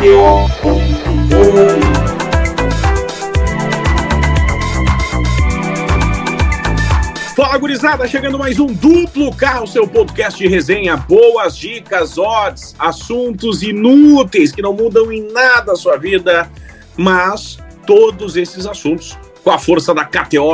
Fala, gurizada, chegando mais um Duplo K, o seu podcast de resenha, boas dicas, odds, assuntos inúteis que não mudam em nada a sua vida, mas todos esses assuntos com a força da KTO,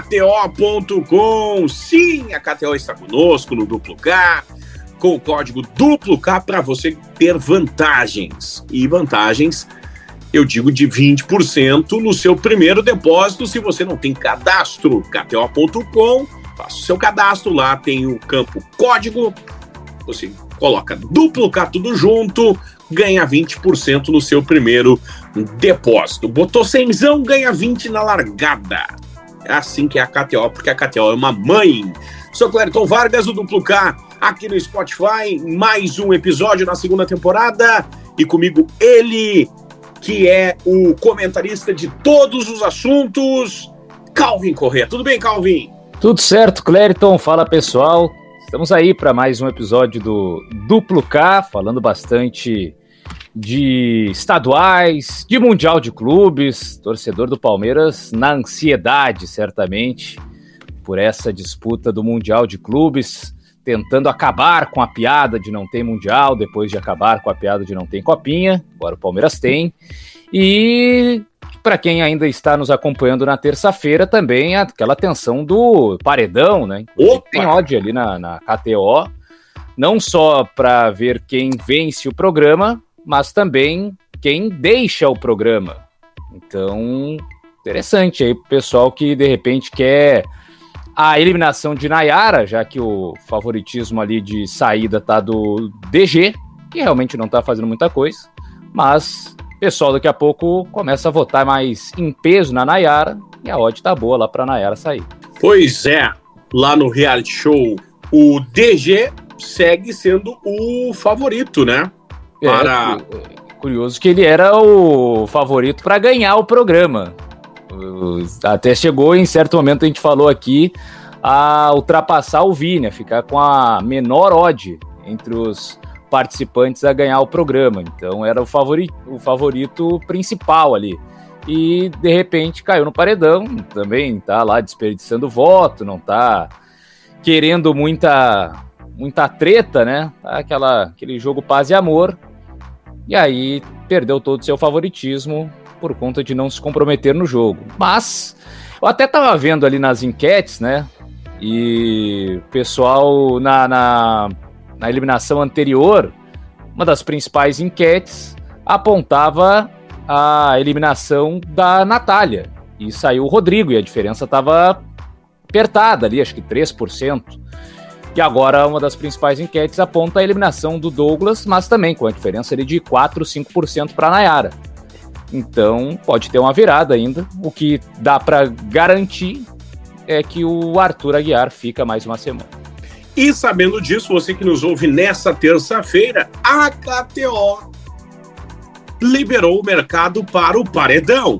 KTO.com. Sim, a KTO está conosco no Duplo K, com o código Duplo K para você ter vantagens. E vantagens, eu digo, de 20% no seu primeiro depósito se você não tem cadastro. KTO.com, faça o seu cadastro lá, tem o campo código, você coloca Duplo K tudo junto, ganha 20% no seu primeiro depósito. Botou 100zão, ganha 20 na largada. É assim que é a KTO, porque a KTO é uma mãe. Sou Clériton Vargas, o Duplo K, aqui no Spotify, mais um episódio na segunda temporada, e comigo ele, que é o comentarista de todos os assuntos, Calvin Corrêa. Tudo bem, Calvin? Tudo certo, Clériton. Fala, pessoal. Estamos aí para mais um episódio do Duplo K, falando bastante de estaduais, de Mundial de Clubes, torcedor do Palmeiras na ansiedade, certamente, por essa disputa do Mundial de Clubes, tentando acabar com a piada de não ter Mundial, depois de acabar com a piada de não ter Copinha, agora o Palmeiras tem. E para quem ainda está nos acompanhando na terça-feira, também aquela tensão do paredão, né? Tem odd ali na KTO, não só para ver quem vence o programa, mas também quem deixa o programa. Então, interessante aí pro pessoal que de repente quer a eliminação de Nayara, já que o favoritismo ali de saída tá do DG, que realmente não tá fazendo muita coisa, mas o pessoal daqui a pouco começa a votar mais em peso na Nayara, e a odd tá boa lá pra Nayara sair. Pois é, lá no reality show, o DG segue sendo o favorito, né? Curioso que ele era o favorito para ganhar o programa. Até chegou em certo momento, a gente falou aqui, a ultrapassar o Vini, a ficar com a menor odd entre os participantes a ganhar o programa. Então era o favorito principal ali. E de repente caiu no paredão, também tá lá desperdiçando voto, não tá querendo muita treta, né? Tá aquele jogo paz e amor. E aí perdeu todo o seu favoritismo por conta de não se comprometer no jogo. Mas eu até tava vendo ali nas enquetes, né? E o pessoal na eliminação anterior, uma das principais enquetes apontava a eliminação da Natália. E saiu o Rodrigo, e a diferença tava apertada ali, acho que 3%. E agora uma das principais enquetes aponta a eliminação do Douglas, mas também com a diferença ali de 4, 5% para Nayara. Então pode ter uma virada ainda. O que dá para garantir é que o Arthur Aguiar fica mais uma semana. E sabendo disso, você que nos ouve nessa terça-feira, a KTO liberou o mercado para o paredão.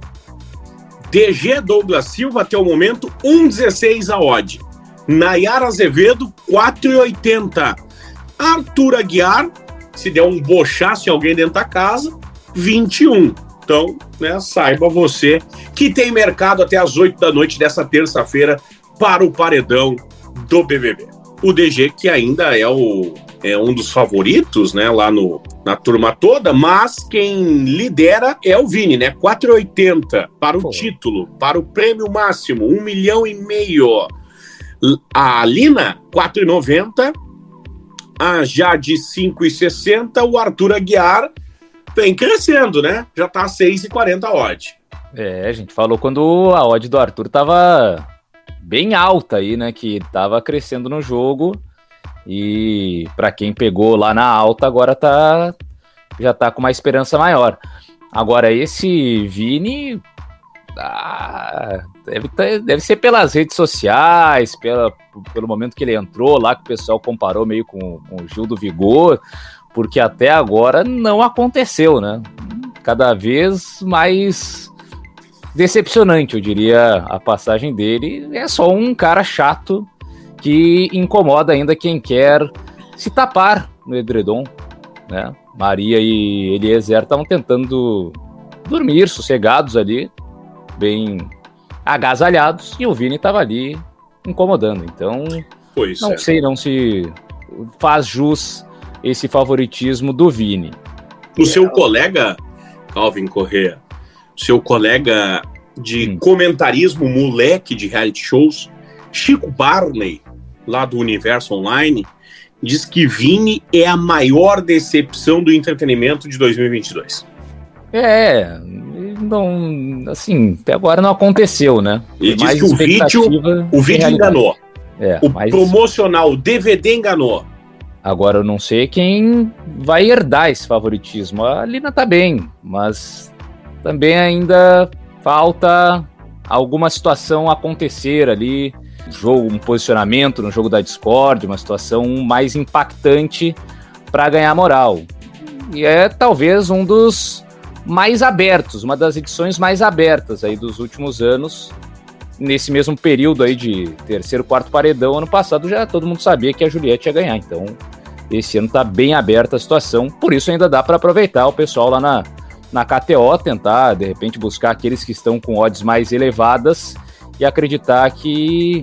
DG Douglas Silva até o momento 1,16 a odd. Nayara Azevedo, 4,80. Arthur Aguiar, se der um bochaço em alguém dentro da casa, 21. Então, né, saiba você que tem mercado até as 8 da noite dessa terça-feira para o paredão do BBB. O DG, que ainda é um dos favoritos, né, lá na turma toda, mas quem lidera é o Vini, né? 4,80 para o título, para o prêmio máximo, 1,5 milhão. A Lina, 4,90. A Jade, 5,60. O Arthur Aguiar vem crescendo, né? Já tá 6,40 a odd. A gente falou quando a odd do Arthur tava bem alta aí, né? Que ele tava crescendo no jogo. E para quem pegou lá na alta, agora já tá com uma esperança maior. Agora, esse Vini... deve ser pelas redes sociais, pelo momento que ele entrou lá, que o pessoal comparou meio com o Gil do Vigor, porque até agora não aconteceu, né? Cada vez mais decepcionante, eu diria, a passagem dele. É só um cara chato que incomoda ainda quem quer se tapar no edredom, né? Maria e Eliezer estavam tentando dormir sossegados ali, bem agasalhados, e o Vini estava ali incomodando. Então, não sei não se faz jus esse favoritismo do Vini. O seu colega, Calvin Correa, seu colega de comentarismo moleque de reality shows, Chico Barney, lá do Universo Online, diz que Vini é a maior decepção do entretenimento de 2022. Não, assim, até agora não aconteceu, né? Ele diz que o vídeo enganou. Promocional, o DVD enganou. Agora eu não sei quem vai herdar esse favoritismo. A Lina tá bem, mas também ainda falta alguma situação acontecer ali, um posicionamento no jogo da Discord, uma situação mais impactante para ganhar moral. E é talvez um dos mais abertos, uma das edições mais abertas aí dos últimos anos. Nesse mesmo período aí de terceiro, quarto paredão, ano passado já todo mundo sabia que a Juliette ia ganhar, então esse ano tá bem aberta a situação, por isso ainda dá para aproveitar o pessoal lá na KTO, tentar de repente buscar aqueles que estão com odds mais elevadas e acreditar que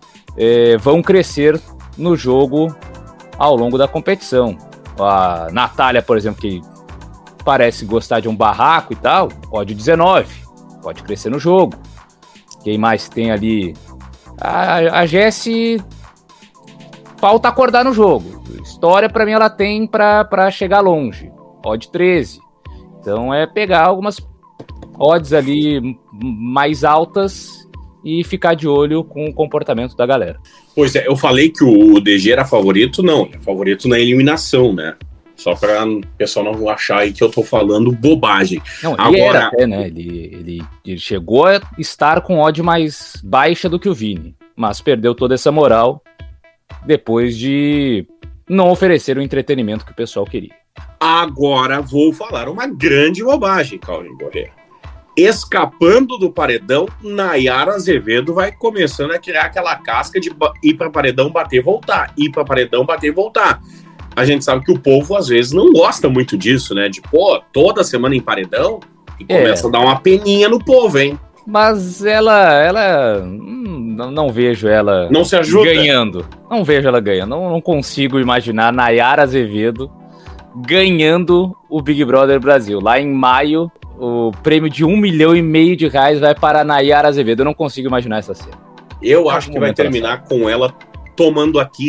vão crescer no jogo ao longo da competição. A Natália, por exemplo, que parece gostar de um barraco e tal, odd 19, pode crescer no jogo. Quem mais tem ali? A Jessie falta acordar no jogo. História, para mim, ela tem para chegar longe. Odd 13. Então é pegar algumas odds ali mais altas e ficar de olho com o comportamento da galera. Pois é, eu falei que o DG era favorito, não. É favorito na eliminação, né? Só para o pessoal não achar aí que eu tô falando bobagem. Não, ele era até, né? Ele chegou a estar com odd mais baixa do que o Vini, mas perdeu toda essa moral depois de não oferecer o entretenimento que o pessoal queria. Agora vou falar uma grande bobagem, Calvin Correa. Escapando do paredão, Nayara Azevedo vai começando a criar aquela casca de ir para paredão, bater, voltar. Ir para paredão, bater, voltar. A gente sabe que o povo, às vezes, não gosta muito disso, né? De, toda semana em paredão, e começa a dar uma peninha no povo, hein? Mas ela não vejo ela não se ajuda. Ganhando. Não vejo ela ganhando. Não consigo imaginar Nayara Azevedo ganhando o Big Brother Brasil. Lá em maio, o prêmio de R$1,5 milhão vai para a Nayara Azevedo. Eu não consigo imaginar essa cena. Eu acho que vai terminar com ela tomando aqui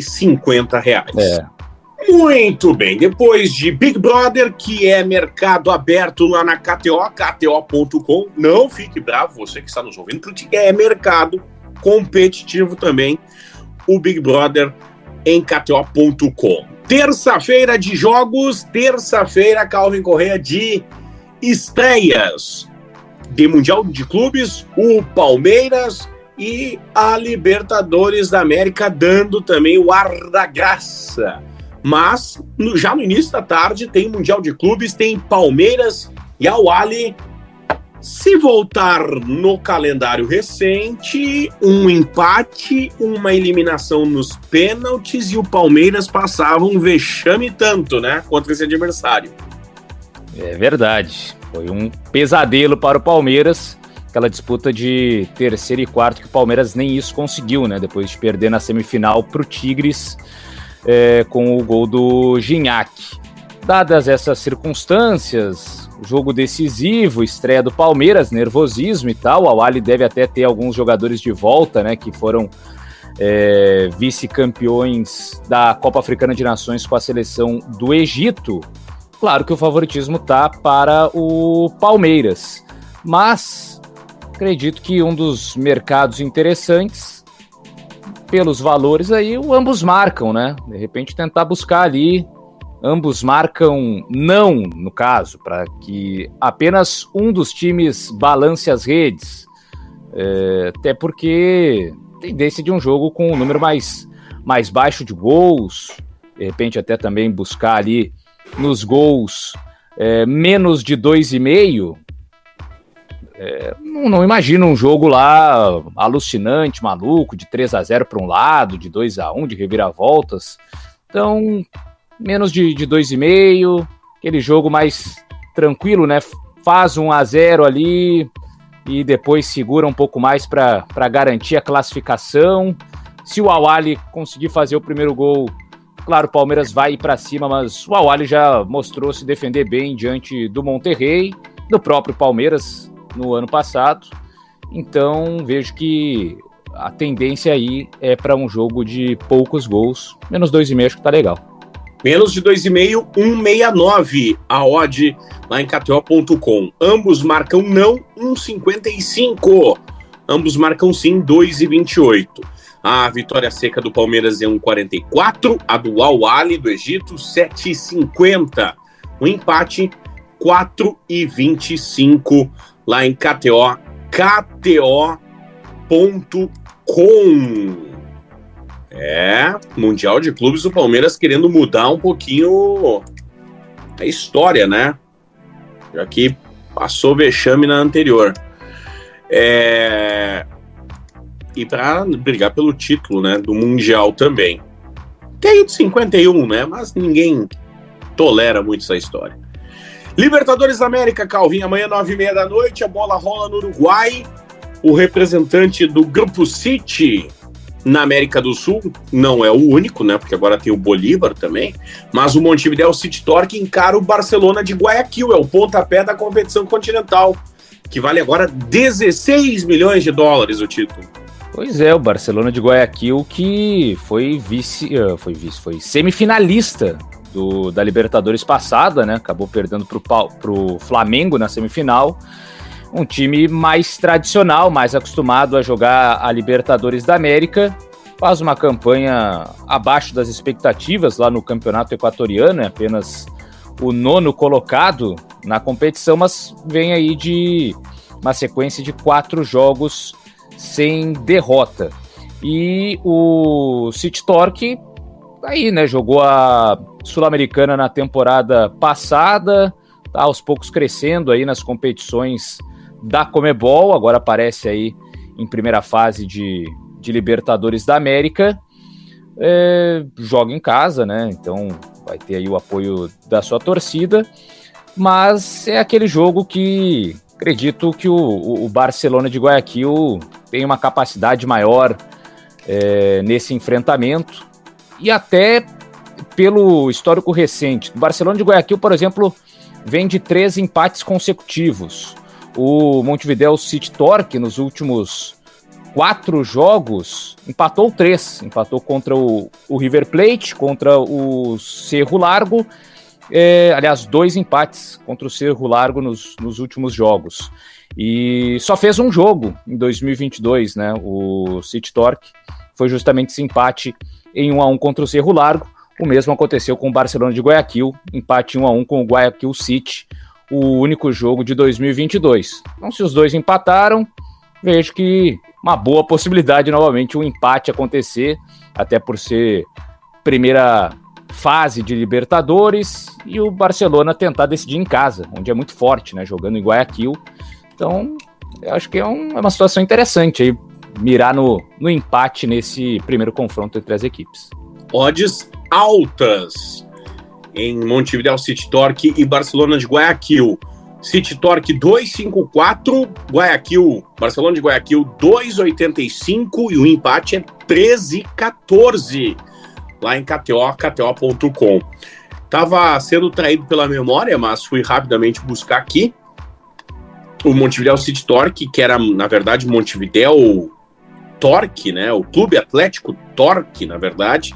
R$50. Muito bem, depois de Big Brother, que é mercado aberto lá na KTO, KTO.com, não fique bravo, você que está nos ouvindo, porque é mercado competitivo também, o Big Brother em KTO.com. Terça-feira de jogos, terça-feira, Calvin Correa, de estreias de Mundial de Clubes, o Palmeiras e a Libertadores da América, dando também o ar da graça. Mas, já no início da tarde, tem Mundial de Clubes, tem Palmeiras e Al Ahly. Se voltar no calendário recente, um empate, uma eliminação nos pênaltis e o Palmeiras passava um vexame tanto, né, contra esse adversário. É verdade. Foi um pesadelo para o Palmeiras, aquela disputa de terceiro e quarto que o Palmeiras nem isso conseguiu, né, depois de perder na semifinal para o Tigres, com o gol do Gignac. Dadas essas circunstâncias, jogo decisivo, estreia do Palmeiras, nervosismo e tal, o Al Ahly deve até ter alguns jogadores de volta, né, que foram vice-campeões da Copa Africana de Nações com a seleção do Egito. Claro que o favoritismo tá para o Palmeiras, mas acredito que um dos mercados interessantes, pelos valores aí, ambos marcam, né? De repente tentar buscar ali, ambos marcam não, no caso, para que apenas um dos times balance as redes, até porque tendência de um jogo com um número mais baixo de gols, de repente até também buscar ali nos gols menos de 2,5, não imagino um jogo lá alucinante, maluco, de 3-0 para um lado, de 2-1, de reviravoltas. Então, menos de 2,5, aquele jogo mais tranquilo, né? Faz 1-0 ali e depois segura um pouco mais para garantir a classificação. Se o Al-Ahly conseguir fazer o primeiro gol, claro, o Palmeiras vai ir para cima, mas o Al-Ahly já mostrou se defender bem diante do Monterrey, do próprio Palmeiras no ano passado. Então vejo que a tendência aí é para um jogo de poucos gols, menos 2,5, acho que tá legal. Menos de 2,5, 1,69 a odd lá em KTO.com. Ambos marcam não, 1,55. Ambos marcam sim, 2,28. A vitória seca do Palmeiras é 1,44. A do Al-Ahly do Egito, 7,50. O empate, 4,25 lá em KTO. KTO.com. Mundial de Clubes do Palmeiras querendo mudar um pouquinho a história, né? Já que passou vexame na anterior. E para brigar pelo título, né, do Mundial também. Tem de 51, né? Mas ninguém tolera muito essa história. Libertadores da América, Calvin, amanhã 9h30 da noite, a bola rola no Uruguai. O representante do Grupo City na América do Sul, não é o único, né? Porque agora tem o Bolívar também, mas o Montevideo City Torque encara o Barcelona de Guayaquil, é o pontapé da competição continental, que vale agora 16 milhões de dólares o título. Pois é, o Barcelona de Guayaquil que foi semifinalista da Libertadores passada, né? Acabou perdendo pro Flamengo na semifinal. Um time mais tradicional, mais acostumado a jogar a Libertadores da América, faz uma campanha abaixo das expectativas lá no Campeonato Equatoriano, é apenas o 9º colocado na competição, mas vem aí de uma sequência de 4 jogos sem derrota. E o City Torque, aí, né, jogou a Sul-Americana na temporada passada, tá aos poucos crescendo aí nas competições da Conmebol, agora aparece aí em primeira fase de Libertadores da América, joga em casa, né, então vai ter aí o apoio da sua torcida, mas é aquele jogo que acredito que o Barcelona de Guayaquil tem uma capacidade maior nesse enfrentamento, e até pelo histórico recente. O Barcelona de Guayaquil, por exemplo, vem de 3 empates consecutivos. O Montevideo City Torque, nos últimos 4 jogos, empatou 3. Empatou contra o River Plate, contra o Cerro Largo. Aliás, 2 empates contra o Cerro Largo nos últimos jogos. E só fez um jogo em 2022, né? O City Torque foi justamente esse empate em 1-1 contra o Cerro Largo. O mesmo aconteceu com o Barcelona de Guayaquil, empate 1-1 com o Guayaquil City, o único jogo de 2022. Então, se os dois empataram, vejo que uma boa possibilidade novamente um empate acontecer, até por ser primeira fase de Libertadores e o Barcelona tentar decidir em casa, onde é muito forte, né, jogando em Guayaquil. Então, eu acho que é uma situação interessante aí, mirar no empate nesse primeiro confronto entre as equipes. Odds altas em Montevideo City Torque e Barcelona de Guayaquil. City Torque 2,54, Barcelona de Guayaquil 2,85 e o empate é 13,14 lá em KTO.com. Tava sendo traído pela memória, mas fui rapidamente buscar aqui. O Montevideo City Torque, que era, na verdade, Montevideo Torque, né? O Clube Atlético Torque, na verdade.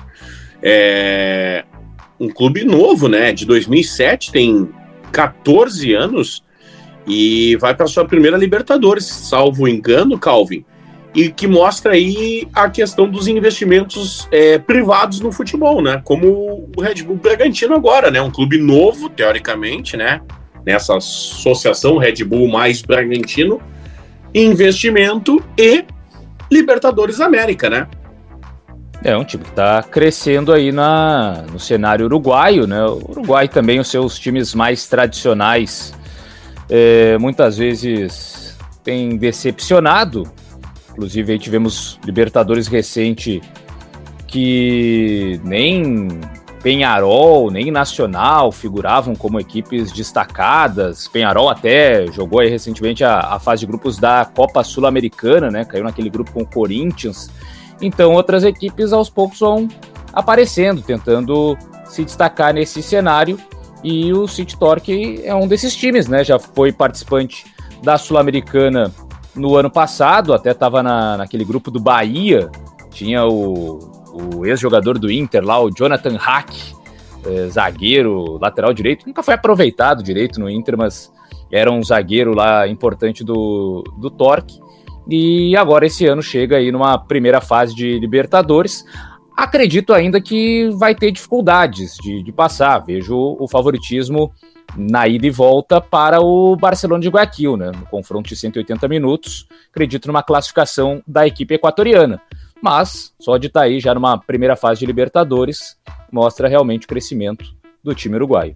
É um clube novo, né? De 2007, tem 14 anos e vai para sua primeira Libertadores, salvo engano, Calvin, e que mostra aí a questão dos investimentos privados no futebol, né? Como o Red Bull Bragantino agora, né? Um clube novo, teoricamente, né? Nessa associação Red Bull mais Bragantino, investimento e Libertadores América, né? É um time que está crescendo aí no cenário uruguaio, né? O Uruguai também, os seus times mais tradicionais, muitas vezes tem decepcionado. Inclusive aí tivemos Libertadores recente que nem Peñarol, nem Nacional figuravam como equipes destacadas. Peñarol até jogou aí recentemente a fase de grupos da Copa Sul-Americana, né? Caiu naquele grupo com o Corinthians. Então outras equipes aos poucos vão aparecendo, tentando se destacar nesse cenário. E o City Torque é um desses times, né? Já foi participante da Sul-Americana no ano passado, até estava naquele grupo do Bahia. Tinha o ex-jogador do Inter lá, o Jonathan Hack, zagueiro, lateral direito, nunca foi aproveitado direito no Inter, mas era um zagueiro lá importante do Torque, e agora esse ano chega aí numa primeira fase de Libertadores. Acredito ainda que vai ter dificuldades de passar, vejo o favoritismo na ida e volta para o Barcelona de Guayaquil, né? No confronto de 180 minutos, acredito numa classificação da equipe equatoriana. Mas, só de estar aí já numa primeira fase de Libertadores, mostra realmente o crescimento do time uruguaio.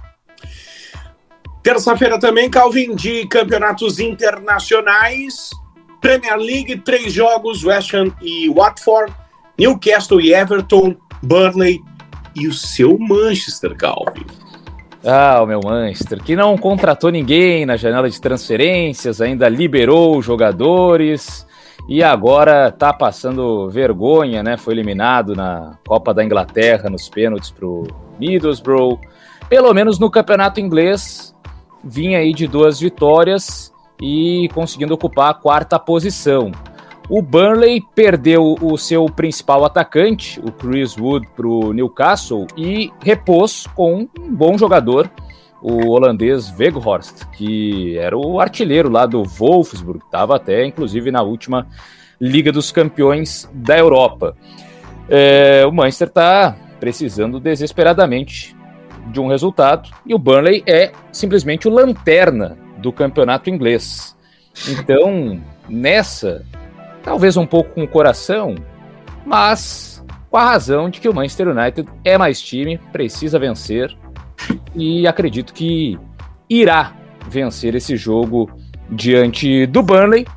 Terça-feira também, Calvin, de campeonatos internacionais. Premier League, 3 jogos, West Ham e Watford, Newcastle e Everton, Burnley e o seu Manchester, Calvin. Ah, o meu Manchester, que não contratou ninguém na janela de transferências, ainda liberou jogadores... E agora tá passando vergonha, né? Foi eliminado na Copa da Inglaterra, nos pênaltis pro Middlesbrough. Pelo menos no campeonato inglês, vinha aí de 2 vitórias e conseguindo ocupar a 4ª posição. O Burnley perdeu o seu principal atacante, o Chris Wood, pro Newcastle e repôs com um bom jogador, o holandês Weghorst, que era o artilheiro lá do Wolfsburg, estava até inclusive na última Liga dos Campeões da Europa. O Manchester está precisando desesperadamente de um resultado, e o Burnley é simplesmente o lanterna do campeonato inglês. Então, nessa, talvez um pouco com o coração, mas com a razão de que o Manchester United é mais time, precisa vencer, e acredito que irá vencer esse jogo diante do Burnley.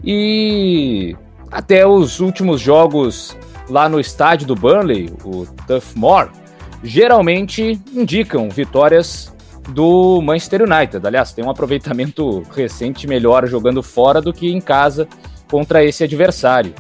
E até os últimos jogos lá no estádio do Burnley, o Turf Moor, geralmente indicam vitórias do Manchester United. Aliás, tem um aproveitamento recente melhor jogando fora do que em casa contra esse adversário.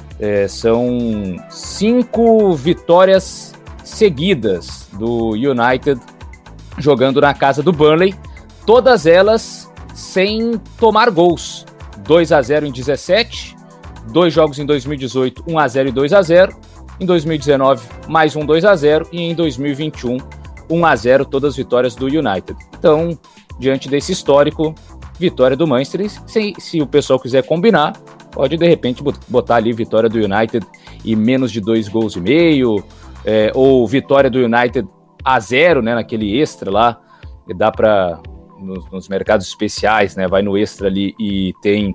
São 5 vitórias seguidas do United jogando na casa do Burnley, todas elas sem tomar gols. 2-0 em 17, 2 jogos em 2018, 1-0 e 2-0, em 2019 mais um 2-0 e em 2021 1-0, todas vitórias do United. Então, diante desse histórico, vitória do Manchester. Se o pessoal quiser combinar, pode de repente botar ali vitória do United e menos de 2 gols e meio, ou vitória do United a 0, né, naquele extra lá, dá para nos mercados especiais, né, vai no extra ali e tem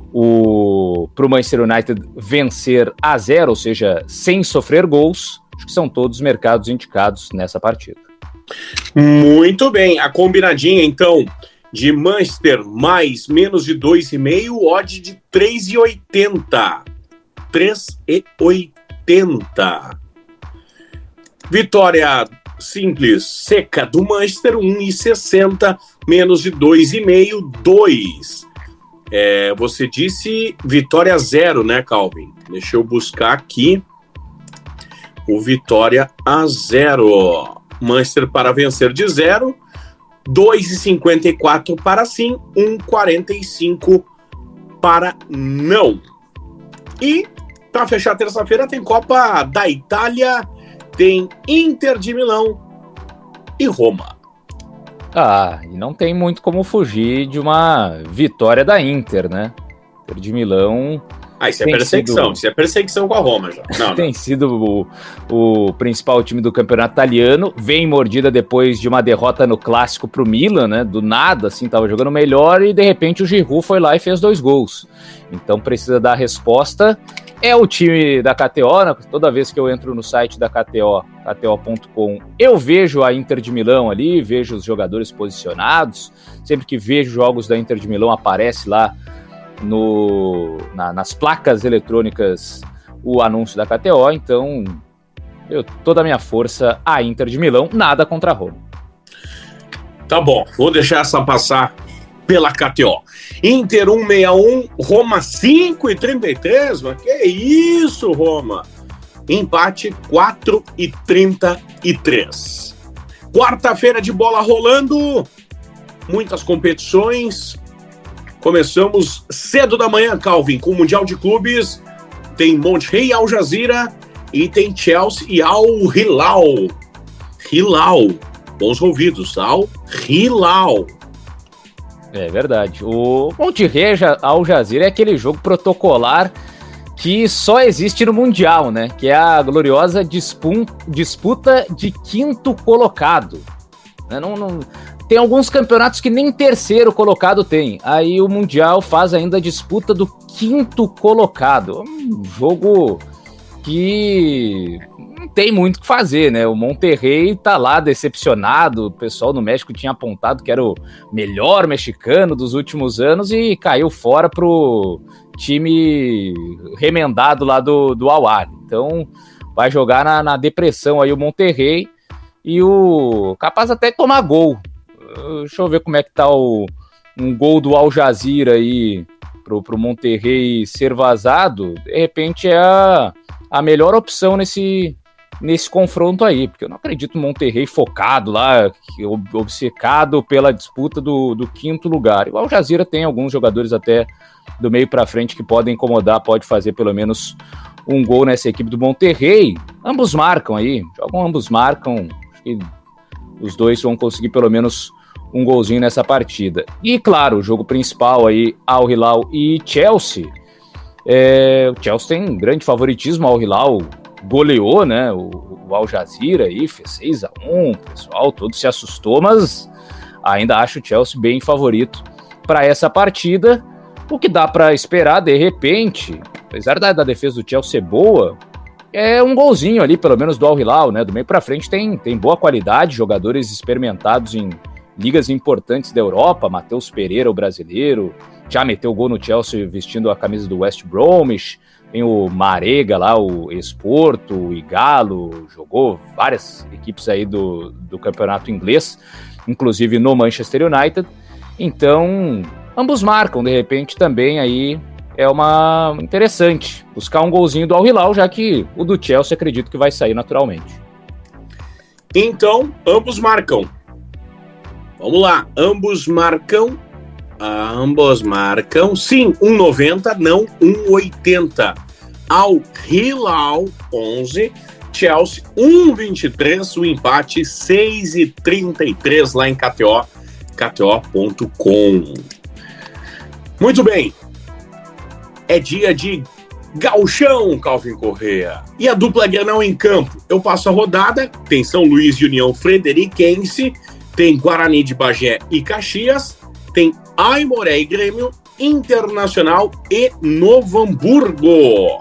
pro Manchester United vencer a 0, ou seja, sem sofrer gols. Acho que são todos mercados indicados nessa partida. Muito bem, a combinadinha então de Manchester mais menos de 2,5, odd de 3,80. 3,80. Vitória simples, seca do Manchester, 1,60, menos de 2,5, 2. Você disse vitória 0, né, Calvin? Deixa eu buscar aqui o vitória a 0. Manchester para vencer de 0, 2,54 para sim, 1,45 para não. E para fechar terça-feira tem Copa da Itália, tem Inter de Milão e Roma. E não tem muito como fugir de uma vitória da Inter, né? Inter de Milão... Isso é perseguição, isso é perseguição com a Roma já. Tem sido o principal time do campeonato italiano, vem mordida depois de uma derrota no clássico pro Milan, né? Do nada, assim, tava jogando melhor e de repente o Giroud foi lá e fez 2 gols. Então precisa dar resposta. É o time da KTO, né? Toda vez que eu entro no site da KTO, kto.com, eu vejo a Inter de Milão ali, vejo os jogadores posicionados. Sempre que vejo jogos da Inter de Milão, aparece lá nas placas eletrônicas o anúncio da KTO. Então toda a minha força a Inter de Milão, nada contra a Roma. Tá bom, vou deixar essa passar pela KTO. Inter 1,61, Roma 5,33, mas que isso, Roma? Empate 4,33. Quarta-feira de bola rolando, muitas competições. Começamos cedo da manhã, Calvin, com o Mundial de Clubes. Tem Monterrey e Al Jazeera e tem Chelsea e Al Hilal. Hilal, bons ouvidos, Al Hilal. É verdade. O Monterrey Al Jazeera é aquele jogo protocolar que só existe no Mundial, né? Que é a gloriosa disputa de quinto colocado. Tem alguns campeonatos que nem terceiro colocado tem. Aí o Mundial faz ainda a disputa do quinto colocado. Um jogo que não tem muito o que fazer, né? O Monterrey tá lá decepcionado. O pessoal no México tinha apontado que era o melhor mexicano dos últimos anos e caiu fora pro time remendado lá do Al-Ahly. Então vai jogar na depressão aí o Monterrey e o capaz até de tomar gol. Deixa eu ver como é que tá um gol do Al Jazeera aí pro Monterrey ser vazado. De repente é a melhor opção nesse confronto aí, porque eu não acredito no Monterrey focado lá, obcecado pela disputa do quinto lugar. O Al Jazeera tem alguns jogadores até do meio para frente que podem incomodar, pode fazer pelo menos um gol nessa equipe do Monterrey. Ambos marcam aí, ambos marcam, acho que os dois vão conseguir pelo menos um golzinho nessa partida. E claro, o jogo principal aí, Al Hilal e Chelsea. O Chelsea tem grande favoritismo, Al Hilal goleou, né, o Al Jazeera aí, fez 6-1, o pessoal todo se assustou, mas ainda acho o Chelsea bem favorito para essa partida. O que dá para esperar, de repente, apesar da defesa do Chelsea ser boa, é um golzinho ali, pelo menos do Al Hilal, né, do meio para frente tem boa qualidade, jogadores experimentados em ligas importantes da Europa, Matheus Pereira, o brasileiro, já meteu gol no Chelsea vestindo a camisa do West Bromwich. Tem o Marega lá, o Esporto, o Igalo, jogou várias equipes aí do campeonato inglês, inclusive no Manchester United. Então, ambos marcam, de repente também aí é uma interessante buscar um golzinho do Al Hilal, já que o do Chelsea acredito que vai sair naturalmente. Então, ambos marcam. Vamos lá, ambos marcam. Ambos marcam, sim, 1,90, não 1,80. Al Hilal 11, Chelsea 1,23, o empate 6,33 lá em KTO, KTO.com. Muito bem, é dia de Gauchão, Calvin Correa. E a dupla Grenal em campo. Eu passo a rodada, tem São Luís e União Frederiquense, tem Guarani de Bagé e Caxias, tem Aimoré e Grêmio, Internacional e Novo Hamburgo.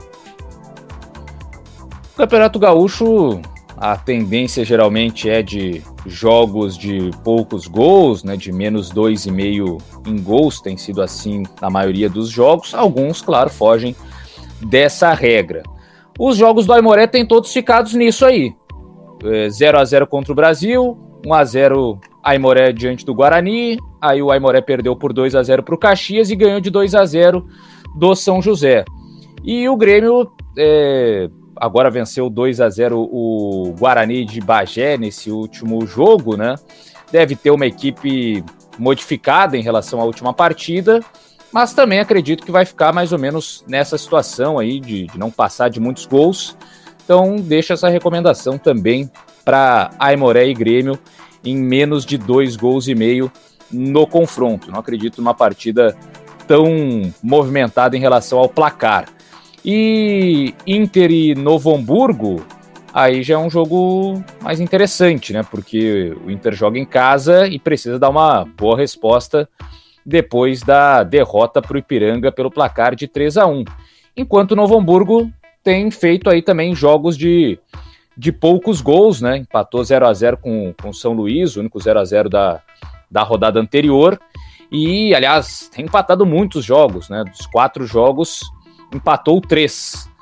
O Campeonato Gaúcho, a tendência geralmente é de jogos de poucos gols, né, de menos 2,5 em gols, tem sido assim na maioria dos jogos. Alguns, claro, fogem dessa regra. Os jogos do Aimoré têm todos ficados nisso aí. 0-0 contra o Brasil, 1-0 Aimoré diante do Guarani, aí o Aimoré perdeu por 2-0 para o Caxias e ganhou de 2-0 do São José. E o Grêmio agora venceu 2-0 o Guarani de Bagé nesse último jogo, né? Deve ter uma equipe modificada em relação à última partida, mas também acredito que vai ficar mais ou menos nessa situação aí de não passar de muitos gols. Então deixa essa recomendação também para Aimoré e Grêmio em menos de 2,5 gols no confronto. Não acredito numa partida tão movimentada em relação ao placar. E Inter e Novo Hamburgo, aí já é um jogo mais interessante, né? Porque o Inter joga em casa e precisa dar uma boa resposta depois da derrota para o Ipiranga pelo placar de 3-1. Enquanto o Novo Hamburgo tem feito aí também jogos de poucos gols, né? Empatou 0-0 com São Luís, o único 0-0 da rodada anterior. E, aliás, tem empatado muitos jogos, né? Dos 4 jogos, empatou 3.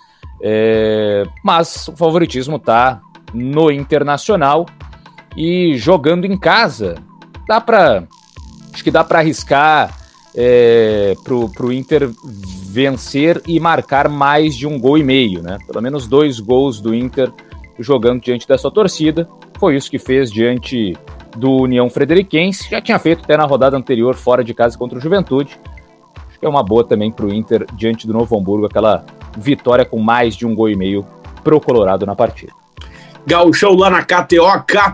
Mas o favoritismo está no Internacional e jogando em casa. Acho que dá para arriscar pro Inter vencer e marcar mais de 1,5 gols, né? Pelo menos 2 gols do Inter jogando diante da sua torcida. Foi isso que fez diante do União Frederiquense. Já tinha feito até na rodada anterior fora de casa contra o Juventude. Acho que é uma boa também pro Inter diante do Novo Hamburgo, aquela vitória com mais de 1,5 gols pro Colorado na partida. Gauchão lá na KTO,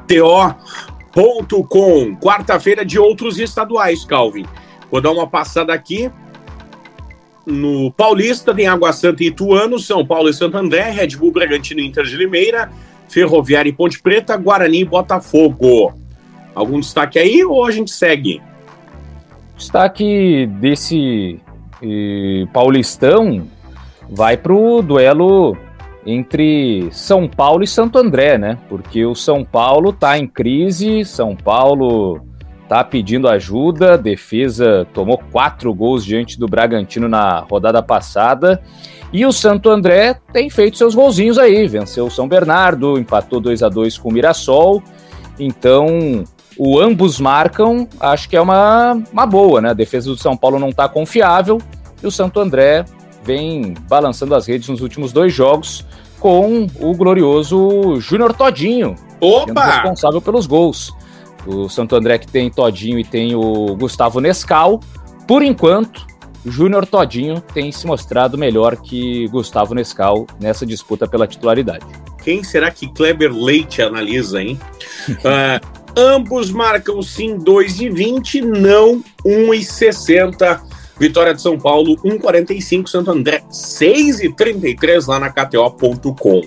KTO.com. Quarta-feira de outros estaduais, Calvin. Vou dar uma passada aqui. No Paulista tem Água Santa e Ituano, São Paulo e Santo André, Red Bull, Bragantino e Inter de Limeira, Ferroviária e Ponte Preta, Guarani e Botafogo. Algum destaque aí ou a gente segue? Destaque desse Paulistão vai pro duelo entre São Paulo e Santo André, né? Porque o São Paulo tá em crise, São Paulo tá pedindo ajuda, a defesa tomou 4 gols diante do Bragantino na rodada passada, e o Santo André tem feito seus golzinhos aí, venceu o São Bernardo, empatou 2-2 com o Mirassol, então ambos marcam, acho que é uma boa, né? A defesa do São Paulo não tá confiável, e o Santo André vem balançando as redes nos últimos 2 jogos com o glorioso Júnior Todinho, sendo responsável pelos gols. O Santo André que tem Todinho e tem o Gustavo Nescau. Por enquanto, Júnior Todinho tem se mostrado melhor que Gustavo Nescau nessa disputa pela titularidade. Quem será que Kleber Leite analisa, hein? Ambos marcam sim 2,20, não 1,60. Vitória de São Paulo, 1,45. Santo André, 6,33 lá na KTO.com.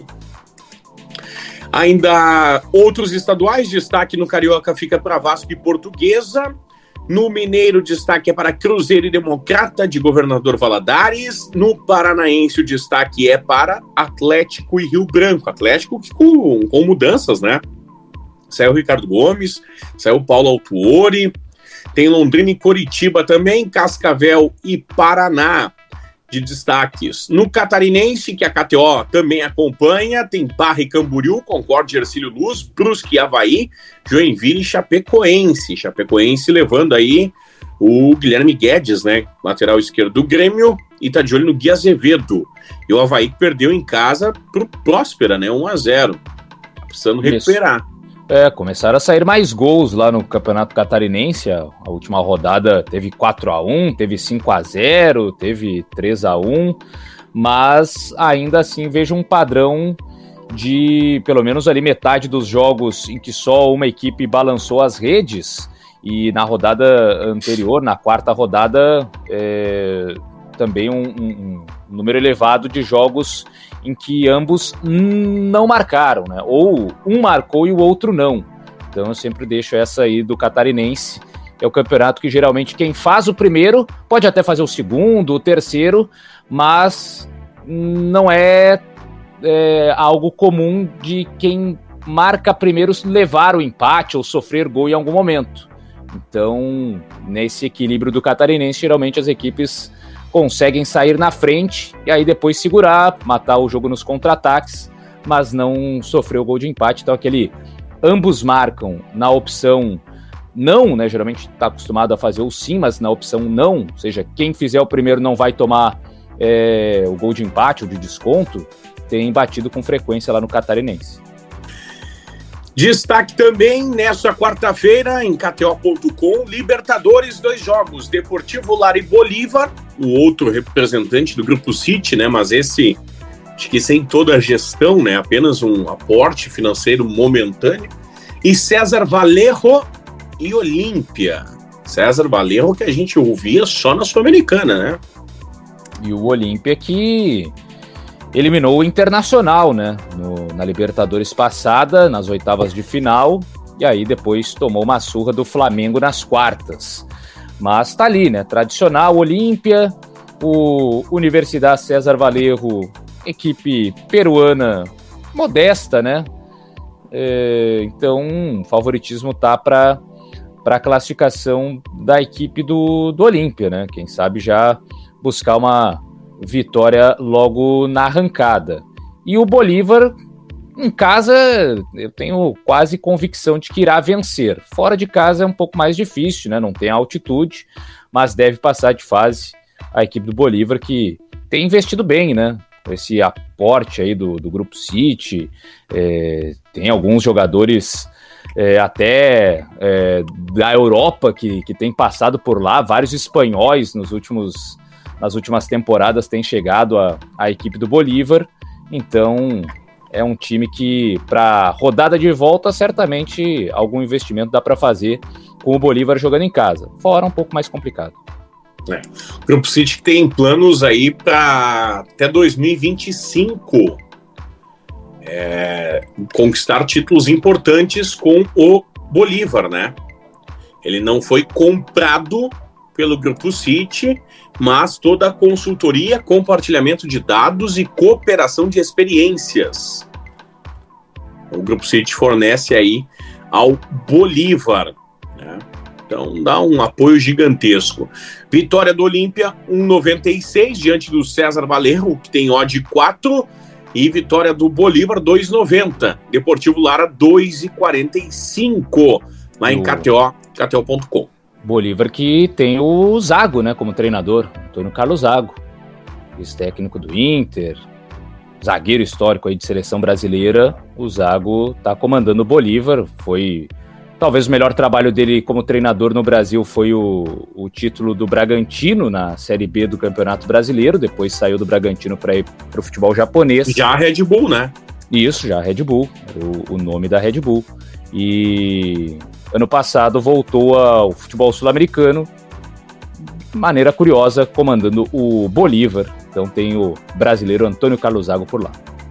Ainda outros estaduais, destaque no Carioca fica para Vasco e Portuguesa. No Mineiro, destaque é para Cruzeiro e Democrata de Governador Valadares. No Paranaense, o destaque é para Atlético e Rio Branco. Atlético que com mudanças, né? Saiu o Ricardo Gomes, saiu o Paulo Autuori. Tem Londrina e Coritiba também, Cascavel e Paraná de destaques. No Catarinense, que a KTO também acompanha, tem Barra e Camboriú, Concórdia e Ercílio Luz, Brusque e Avaí, Joinville e Chapecoense. Chapecoense levando aí o Guilherme Guedes, né, lateral esquerdo do Grêmio, e tá de olho no Gui Azevedo. E o Avaí que perdeu em casa pro Próspera, né, 1-0. Precisando recuperar. Começaram a sair mais gols lá no Campeonato Catarinense. A última rodada teve 4-1, teve 5-0, teve 3-1, mas ainda assim vejo um padrão de pelo menos ali metade dos jogos em que só uma equipe balançou as redes, e na rodada anterior, na quarta rodada, também um número elevado de jogos em que ambos não marcaram, né? Ou um marcou e o outro não. Então eu sempre deixo essa aí do Catarinense. É o campeonato que geralmente quem faz o primeiro pode até fazer o segundo, o terceiro, mas não é algo comum de quem marca primeiro levar o empate ou sofrer gol em algum momento. Então, nesse equilíbrio do Catarinense, geralmente as equipes conseguem sair na frente e aí depois segurar, matar o jogo nos contra-ataques, mas não sofrer o gol de empate. Então ambos marcam na opção não, né? Geralmente está acostumado a fazer o sim, mas na opção não, ou seja, quem fizer o primeiro não vai tomar o gol de empate ou de desconto, tem batido com frequência lá no Catarinense. Destaque também nessa quarta-feira em KTO.com, Libertadores, 2 jogos, Deportivo Lara e Bolívar, o outro representante do Grupo City, né, mas esse, acho que sem toda a gestão, né, apenas um aporte financeiro momentâneo, e César Valerro e Olímpia. César Valerro que a gente ouvia só na Sul-Americana, né? E o Olímpia que eliminou o Internacional, né, na Libertadores passada, nas oitavas de final, e aí depois tomou uma surra do Flamengo nas quartas. Mas tá ali, né, tradicional Olímpia, o Universidade César Valerro, equipe peruana modesta, né, então o favoritismo tá para a classificação da equipe do Olímpia, né, quem sabe já buscar uma vitória logo na arrancada. E o Bolívar, em casa, eu tenho quase convicção de que irá vencer. Fora de casa é um pouco mais difícil, né? Não tem altitude, mas deve passar de fase a equipe do Bolívar, que tem investido bem, né? Esse aporte aí do Grupo City, tem alguns jogadores até da Europa que tem passado por lá, vários espanhóis nas últimas temporadas têm chegado à equipe do Bolívar, então é um time que, para rodada de volta, certamente algum investimento dá para fazer com o Bolívar jogando em casa, fora um pouco mais complicado. O Grupo City tem planos aí para até 2025 conquistar títulos importantes com o Bolívar, né? Ele não foi comprado pelo Grupo City, mas toda a consultoria, compartilhamento de dados e cooperação de experiências o Grupo City fornece aí ao Bolívar, né? Então dá um apoio gigantesco. Vitória do Olímpia 1,96 diante do César Valerro, que tem odd 4, e vitória do Bolívar 2,90. Deportivo Lara 2,45 lá em KTO.com. Bolívar que tem o Zago, né, como treinador, Antônio Carlos Zago, ex-técnico do Inter, zagueiro histórico aí de seleção brasileira. O Zago tá comandando o Bolívar, foi talvez o melhor trabalho dele como treinador no Brasil foi o título do Bragantino na Série B do Campeonato Brasileiro, depois saiu do Bragantino para ir para o futebol japonês. Já a Red Bull, né? Isso, já a Red Bull, era o nome da Red Bull. E ano passado voltou ao futebol sul-americano, de maneira curiosa, comandando o Bolívar. Então tem o brasileiro Antônio Carlos Zago por lá.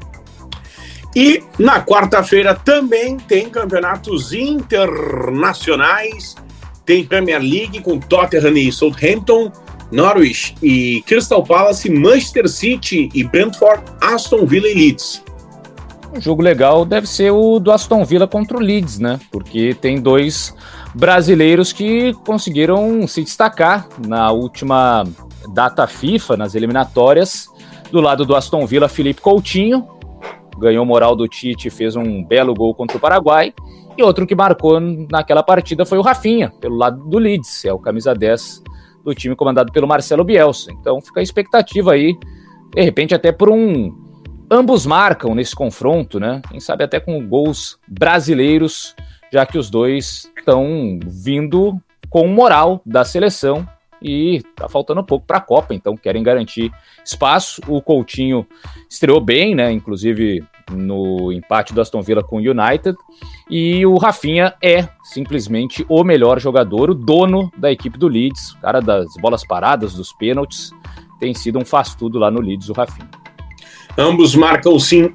E na quarta-feira também tem campeonatos internacionais, tem Premier League com Tottenham e Southampton, Norwich e Crystal Palace, Manchester City e Brentford, Aston Villa e Leeds. Um jogo legal deve ser o do Aston Villa contra o Leeds, né? Porque tem dois brasileiros que conseguiram se destacar na última data FIFA, nas eliminatórias. Do lado do Aston Villa, Felipe Coutinho, ganhou moral do Tite, fez um belo gol contra o Paraguai. E outro que marcou naquela partida foi o Rafinha, pelo lado do Leeds, é o camisa 10 do time comandado pelo Marcelo Bielsa. Então fica a expectativa aí, de repente até por ambos marcam nesse confronto, né? Quem sabe até com gols brasileiros, já que os dois estão vindo com moral da seleção e tá faltando pouco para a Copa, então querem garantir espaço. O Coutinho estreou bem, né? Inclusive no empate do Aston Villa com o United, e o Rafinha é simplesmente o melhor jogador, o dono da equipe do Leeds, o cara das bolas paradas, dos pênaltis, tem sido um faz-tudo lá no Leeds, o Rafinha. Ambos marcam sim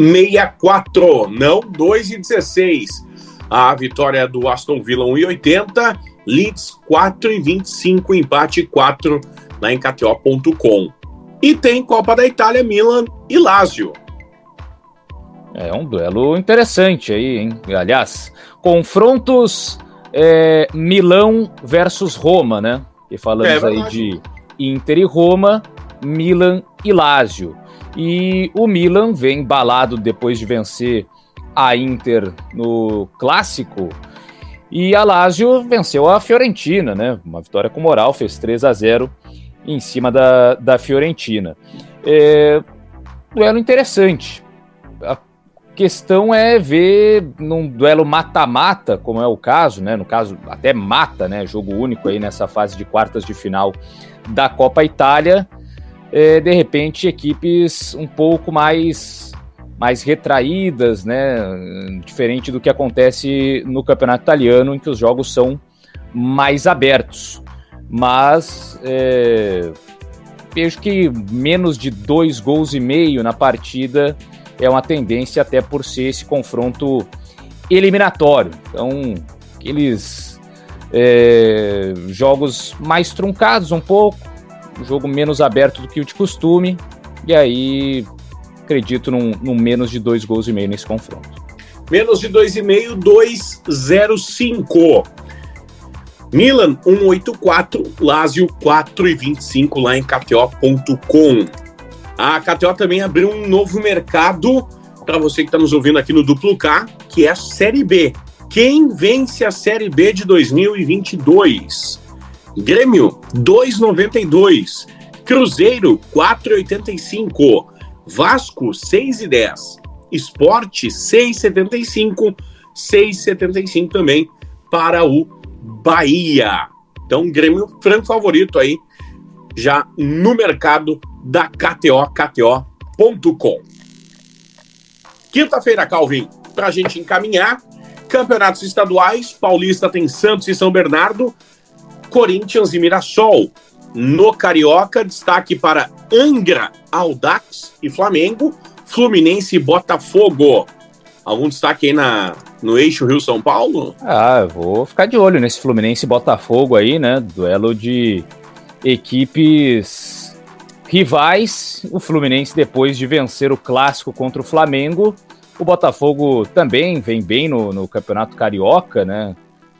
1,64, não 2,16. A vitória do Aston Villa 1,80, Leeds 4,25, empate 4 lá em KTO.com. E tem Copa da Itália, Milan e Lazio. É um duelo interessante aí, hein? Aliás, confrontos Milão versus Roma, né? E falamos aí de Inter e Roma, Milan e Lazio. E o Milan vem embalado depois de vencer a Inter no Clássico, e a Lazio venceu a Fiorentina, né? Uma vitória com moral, fez 3-0 em cima da Fiorentina. Duelo interessante. A questão é ver num duelo mata-mata, como é o caso, né? No caso, até mata, né? Jogo único aí nessa fase de quartas de final da Copa Itália. De repente, equipes um pouco mais retraídas, né? Diferente do que acontece no campeonato italiano, em que os jogos são mais abertos. Mas vejo que menos de 2,5 gols na partida é uma tendência, até por ser esse confronto eliminatório. Então, aqueles jogos mais truncados um pouco, um jogo menos aberto do que o de costume, e aí acredito num menos de 2,5 gols nesse confronto. Menos de 2,5, 2,05. Milan 1,84, Lazio 4,25 lá em KTO.com. A KTO também abriu um novo mercado para você que está nos ouvindo aqui no Duplo K, que é a Série B. Quem vence a Série B de 2022? Grêmio, 2,92. Cruzeiro, 4,85. Vasco, 6,10. Sport, 6,75. 6,75 também para o Bahia. Então, Grêmio, franco favorito aí, já no mercado da KTO, KTO.com. Quinta-feira, Calvin, para a gente encaminhar, campeonatos estaduais, Paulista tem Santos e São Bernardo, Corinthians e Mirassol. No Carioca, destaque para Angra, Audax e Flamengo, Fluminense e Botafogo. Algum destaque aí no eixo Rio-São Paulo? Eu vou ficar de olho nesse Fluminense e Botafogo aí, né? Duelo de equipes rivais. O Fluminense, depois de vencer o clássico contra o Flamengo, o Botafogo também vem bem no Campeonato Carioca, né?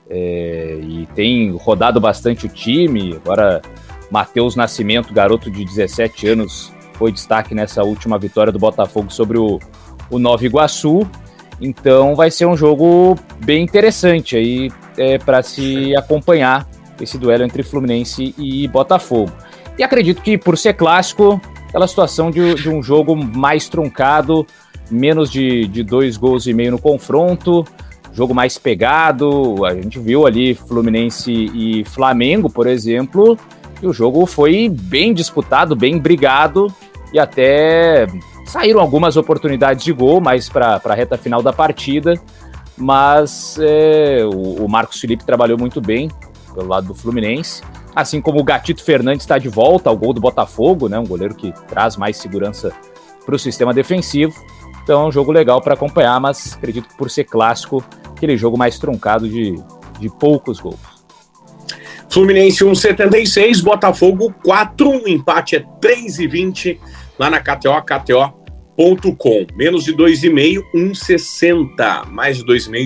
E tem rodado bastante o time. Agora, Matheus Nascimento, garoto de 17 anos, foi destaque nessa última vitória do Botafogo sobre o Nova Iguaçu. Então vai ser um jogo bem interessante aí para se acompanhar esse duelo entre Fluminense e Botafogo. E acredito que, por ser clássico, aquela situação de um jogo mais truncado, menos de 2,5 gols no confronto, jogo mais pegado. A gente viu ali Fluminense e Flamengo, por exemplo, e o jogo foi bem disputado, bem brigado, e até saíram algumas oportunidades de gol, mais para a reta final da partida, mas o Marcos Felipe trabalhou muito bem pelo lado do Fluminense, assim como o Gatito Fernandes está de volta ao gol do Botafogo, né, um goleiro que traz mais segurança para o sistema defensivo. Então é um jogo legal para acompanhar, mas acredito que, por ser clássico, aquele jogo mais truncado de poucos gols. Fluminense 1,76, Botafogo 4, o empate é 3,20 lá na KTO, KTO.com. Menos de 2,5, 1,60. Mais de 2,5,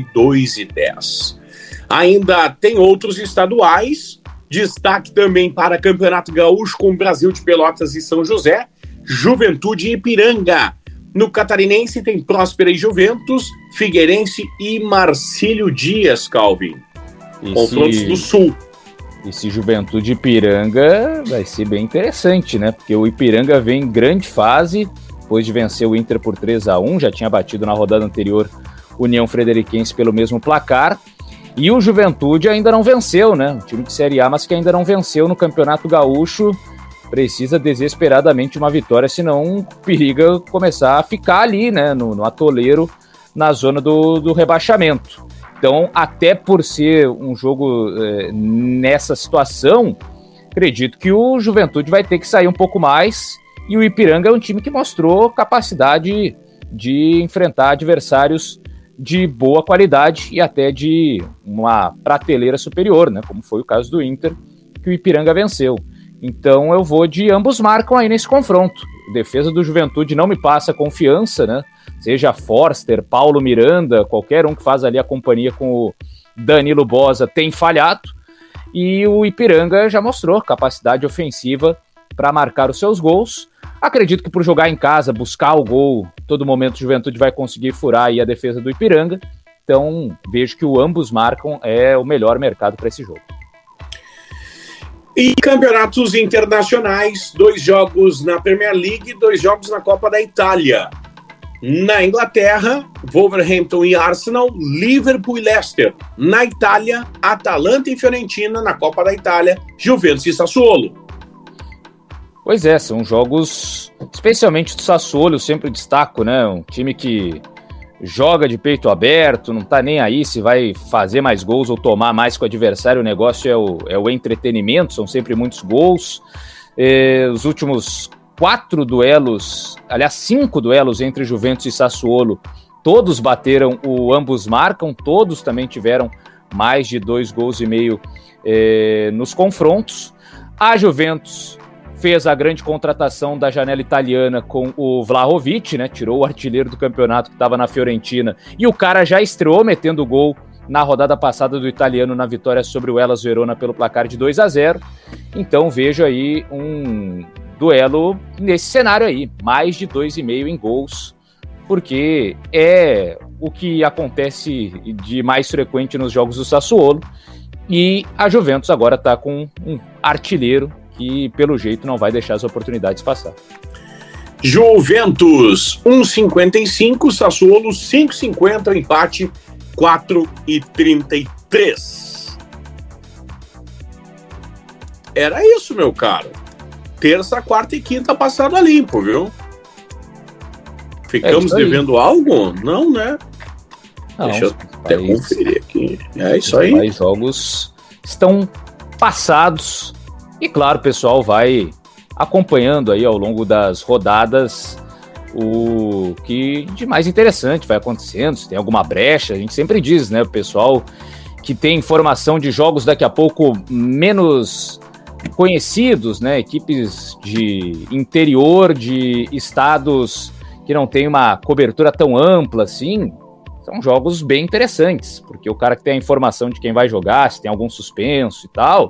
2,10. Ainda tem outros estaduais. Destaque também para Campeonato Gaúcho com Brasil de Pelotas e São José, Juventude e Ipiranga. No Catarinense tem Próspera e Juventus, Figueirense e Marcílio Dias, Calvin. Confrontos do Sul. Esse Juventude Ipiranga vai ser bem interessante, né? Porque o Ipiranga vem em grande fase, depois de vencer o Inter por 3-1, já tinha batido na rodada anterior União Frederiquense pelo mesmo placar. E o Juventude ainda não venceu, né? Um time de Série A, mas que ainda não venceu no Campeonato Gaúcho. Precisa desesperadamente uma vitória, senão periga começar a ficar ali, né? No atoleiro, na zona do rebaixamento. Então, até por ser um jogo nessa situação, acredito que o Juventude vai ter que sair um pouco mais, e o Ipiranga é um time que mostrou capacidade de enfrentar adversários de boa qualidade e até de uma prateleira superior, né, como foi o caso do Inter, que o Ipiranga venceu. Então eu vou de ambos marcam aí nesse confronto. A defesa do Juventude não me passa confiança, né? Seja Forster, Paulo Miranda, qualquer um que faz ali a companhia com o Danilo Bosa tem falhado, e o Ipiranga já mostrou capacidade ofensiva para marcar os seus gols. Acredito que, por jogar em casa, buscar o gol, todo momento o Juventude vai conseguir furar aí a defesa do Ipiranga. Então vejo que o ambos marcam é o melhor mercado para esse jogo. E campeonatos internacionais, 2 jogos na Premier League, 2 jogos na Copa da Itália. Na Inglaterra, Wolverhampton e Arsenal, Liverpool e Leicester. Na Itália, Atalanta e Fiorentina. Na Copa da Itália, Juventus e Sassuolo. Pois é, são jogos, especialmente do Sassuolo, eu sempre destaco, né? Um time que joga de peito aberto, não tá nem aí se vai fazer mais gols ou tomar mais com o adversário. O negócio é o entretenimento, são sempre muitos gols. Os últimos 4 duelos, aliás 5 duelos entre Juventus e Sassuolo, todos bateram o ambos marcam, todos também tiveram mais de 2,5 gols nos confrontos. A Juventus fez a grande contratação da janela italiana com o Vlahovic, né? Tirou o artilheiro do campeonato que estava na Fiorentina, e o cara já estreou metendo gol na rodada passada do italiano na vitória sobre o Hellas Verona pelo placar de 2-0. Então vejo aí um duelo nesse cenário aí, mais de 2,5 em gols, porque é o que acontece de mais frequente nos jogos do Sassuolo, e a Juventus agora está com um artilheiro que, pelo jeito, não vai deixar as oportunidades passar. Juventus 1,55, Sassuolo 5,50, empate 4,33. Era isso, meu caro. Terça, quarta e quinta passado a limpo, viu? Ficamos devendo algo? Não, né? Não, deixa eu até conferir aqui. É isso aí. Os jogos estão passados. E claro, o pessoal vai acompanhando aí ao longo das rodadas o que de mais interessante vai acontecendo, se tem alguma brecha. A gente sempre diz, né? O pessoal que tem informação de jogos daqui a pouco menos conhecidos, né? Equipes de interior, de estados que não tem uma cobertura tão ampla assim, são jogos bem interessantes, porque o cara que tem a informação de quem vai jogar, se tem algum suspenso e tal,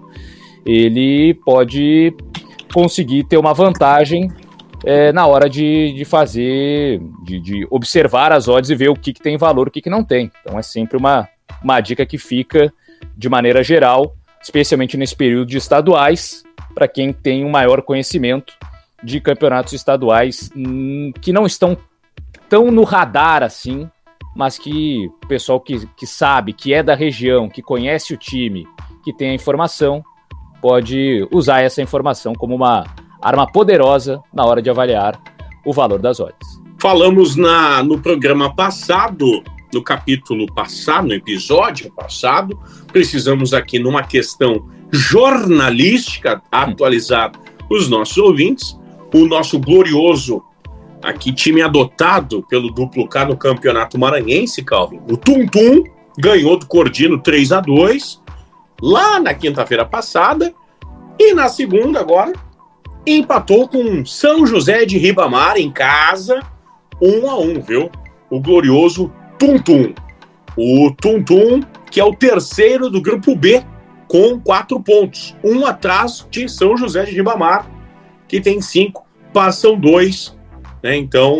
ele pode conseguir ter uma vantagem na hora de fazer, de observar as odds e ver o que tem valor, o que não tem. Então é sempre uma dica que fica de maneira geral, especialmente nesse período de estaduais, para quem tem um maior conhecimento de campeonatos estaduais que não estão tão no radar assim, mas que o pessoal que sabe, que é da região, que conhece o time, que tem a informação, pode usar essa informação como uma arma poderosa na hora de avaliar o valor das odds. Falamos no programa passado, no capítulo passado, no episódio passado, precisamos aqui numa questão jornalística atualizar os nossos ouvintes. O nosso glorioso aqui time adotado pelo Duplo K no Campeonato Maranhense, Calvin, o Tum Tum ganhou do Cordino 3-2 lá na quinta-feira passada e na segunda agora empatou com São José de Ribamar em casa 1-1, viu? O glorioso Tum Tum. O Tum Tum, que é o terceiro do grupo B com 4 pontos, um atrás de São José de Ribamar, que tem 5, passam 2, né? Então,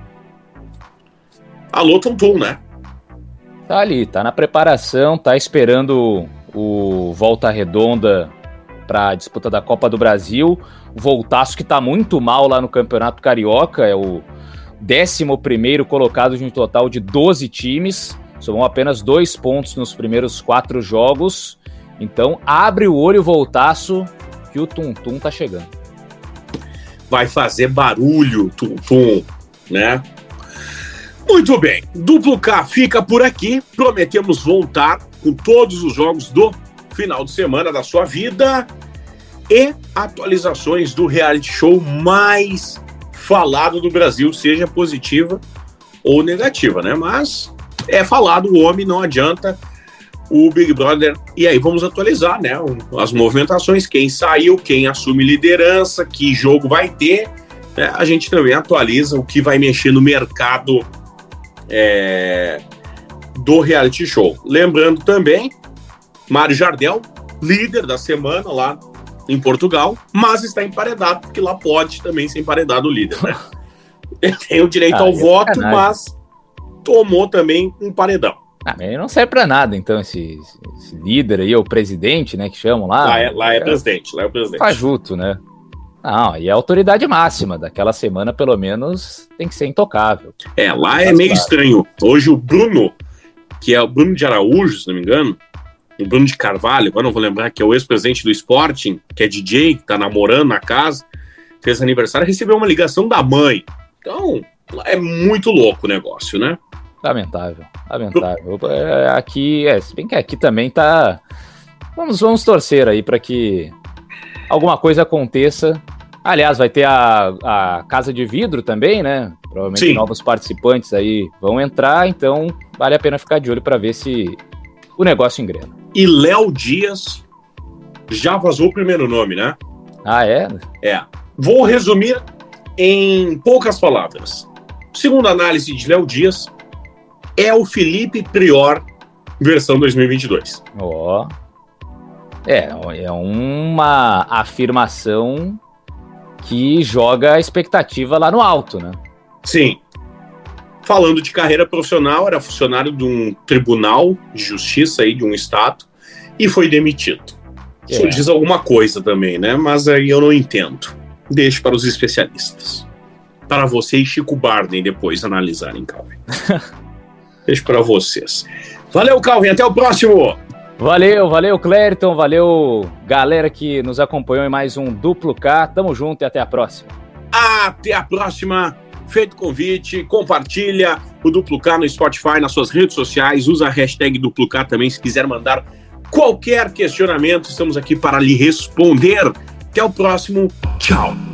alô, Tum Tum, né? Tá ali, tá na preparação, tá esperando o Volta Redonda para a disputa da Copa do Brasil. O Voltaço que tá muito mal lá no Campeonato Carioca, é o 11º colocado de um total de 12 times, somam apenas 2 pontos nos primeiros 4 jogos. Então, abre o olho, Voltaço, que o Tum Tum tá chegando. Vai fazer barulho, Tum Tum, né? Muito bem, Duplo K fica por aqui. Prometemos voltar com todos os jogos do final de semana da sua vida e atualizações do reality show mais falado do Brasil, seja positiva ou negativa, né? Mas é falado, o homem, não adianta. O Big Brother, e aí vamos atualizar, né, as movimentações, quem saiu, quem assume liderança, que jogo vai ter, né? A gente também atualiza o que vai mexer no mercado do reality show. Lembrando também, Mário Jardel, líder da semana lá em Portugal, mas está emparedado, porque lá pode também ser emparedado o líder, né? Ele tem o direito ao voto, mas tomou também um paredão. Mas não serve pra nada, então, esse líder aí, o presidente, né, que chamam lá. Lá é presidente. Fajuto, né? Não, e a autoridade máxima daquela semana, pelo menos, tem que ser intocável. Lá é meio estranho. Hoje o Bruno, que é o Bruno de Araújo, se não me engano, o Bruno de Carvalho, agora não vou lembrar, que é o ex-presidente do Sporting, que é DJ, que tá namorando na casa, fez aniversário, recebeu uma ligação da mãe. Então, é muito louco o negócio, né? Lamentável. Aqui, se bem que aqui também tá... Vamos torcer aí para que alguma coisa aconteça. Aliás, vai ter a Casa de Vidro também, né? Provavelmente Sim. Novos participantes aí vão entrar, então vale a pena ficar de olho para ver se o negócio engrena. E Léo Dias já vazou o primeiro nome, né? Ah, é? Vou resumir em poucas palavras. Segundo a análise de Léo Dias, é o Felipe Prior versão 2022. É uma afirmação que joga a expectativa lá no alto, né? Sim. Falando de carreira profissional, era funcionário de um tribunal de justiça aí, de um estado, e foi demitido. Isso diz alguma coisa também, né? Mas aí eu não entendo. Deixe para os especialistas. Para você e Chico Barney depois analisarem, Calvin. Deixe para vocês. Valeu, Calvin. Até o próximo. Valeu, Clériton. Valeu, galera que nos acompanhou em mais um Duplo K. Tamo junto e até a próxima. Até a próxima. Feito o convite, compartilha o Duplo K no Spotify, nas suas redes sociais. Usa a hashtag Duplo K também se quiser mandar qualquer questionamento. Estamos aqui para lhe responder. Até o próximo. Tchau.